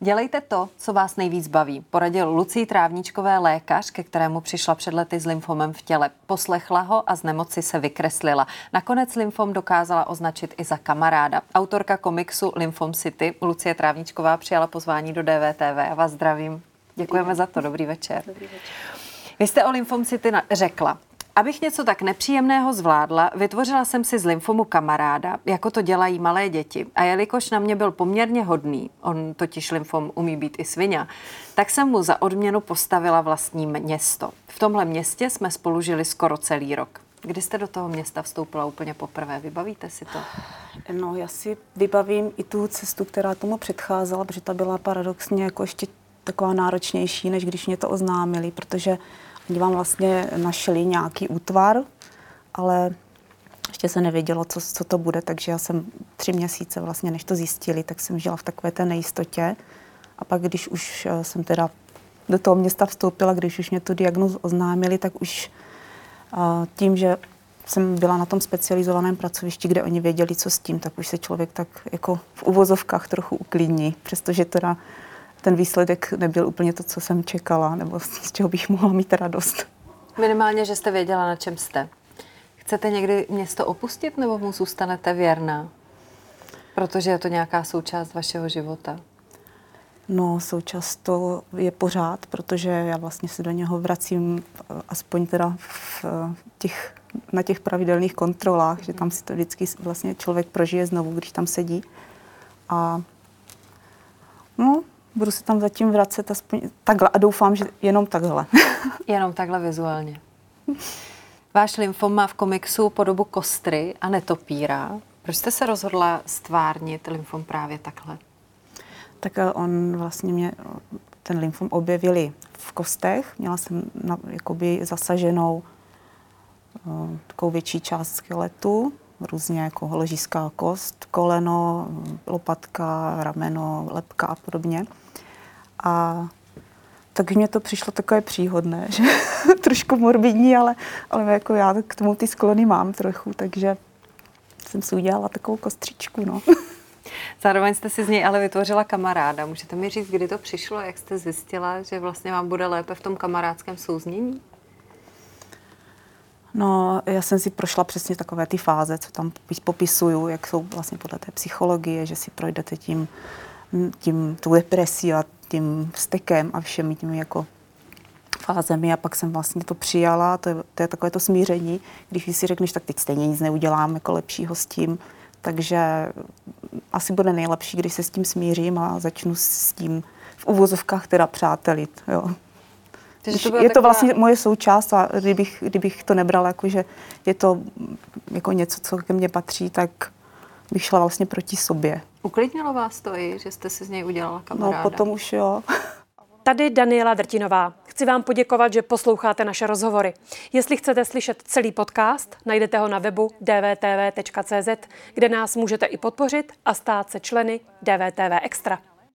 Dělejte to, co vás nejvíc baví, poradil Lucii Trávníčkové lékař, ke kterému přišla před lety s lymfomem v těle. Poslechla ho a z nemoci se vykreslila. Nakonec lymfom dokázala označit i za kamaráda. Autorka komiksu Lymphom City, Lucie Trávníčková, přijala pozvání do DVTV. Já vás zdravím. Děkujeme za to. Dobrý večer. Dobrý večer. Vy jste o Lymphom City řekla: abych něco tak nepříjemného zvládla, vytvořila jsem si z lymfomu kamaráda, jako to dělají malé děti. A jelikož na mě byl poměrně hodný, on totiž lymfom umí být i sviňa, tak jsem mu za odměnu postavila vlastní město. V tomhle městě jsme spolu žili skoro celý rok. Kdy jste do toho města vstoupila úplně poprvé? Vybavíte si to? No, já si vybavím i tu cestu, která tomu předcházela, protože ta byla paradoxně jako ještě taková náročnější, než když mě to oznámili, protože oni vám vlastně našli nějaký útvar, ale ještě se nevědělo, co to bude, takže já jsem 3 měsíce vlastně, než to zjistili, tak jsem žila v takové té nejistotě. A pak, když už jsem teda do toho města vstoupila, když už mě tu diagnózu oznámili, tak už tím, že jsem byla na tom specializovaném pracovišti, kde oni věděli, co s tím, tak už se člověk tak jako v uvozovkách trochu uklidní, přestože teda ten výsledek nebyl úplně to, co jsem čekala, nebo z čeho bych mohla mít radost. Minimálně, že jste věděla, na čem jste. Chcete někdy město opustit, nebo mu zůstanete věrná? Protože je to nějaká součást vašeho života. No, součást to je pořád, protože já vlastně se do něho vracím aspoň teda na těch pravidelných kontrolách, že tam si to vždycky vlastně člověk prožije znovu, když tam sedí. A no, budu se tam zatím vracet aspoň takhle a doufám, že jenom takhle. Jenom takhle vizuálně. Váš lymfom má v komiksu podobu kostry a netopíra. Proč jste se rozhodla stvárnit lymfom právě takhle? Tak on vlastně ten lymfom objevili v kostech. Měla jsem jakoby zasaženou takovou větší část skeletu, různě jako ložiská kost, koleno, lopatka, rameno, lebka a podobně. A tak mně to přišlo takové příhodné, že trošku morbidní, ale jako já k tomu ty sklony mám trochu, takže jsem si udělala takovou kostřičku, no. Zároveň jste si z něj ale vytvořila kamaráda. Můžete mi říct, kdy to přišlo, jak jste zjistila, že vlastně vám bude lépe v tom kamarádském souznění? No, já jsem si prošla přesně takové ty fáze, co tam popisuju, jak jsou vlastně podle té psychologie, že si projdete tou depresí a tím vztekem a všemi těmi jako fázemi a pak jsem vlastně to přijala, to je takové to smíření, když si řekneš, tak teď stejně nic neudělám jako lepšího s tím, takže asi bude nejlepší, když se s tím smířím a začnu s tím v uvozovkách teda přátelit, jo. Je to vlastně moje součást a kdybych to nebrala jako, že je to jako něco, co ke mně patří, tak bych šla vlastně proti sobě. Uklidnilo vás to i, že jste si z něj udělala kamaráda? No, potom už jo. Tady Daniela Drtinová. Chci vám poděkovat, že posloucháte naše rozhovory. Jestli chcete slyšet celý podcast, najdete ho na webu dvtv.cz, kde nás můžete i podpořit a stát se členy DVTV Extra.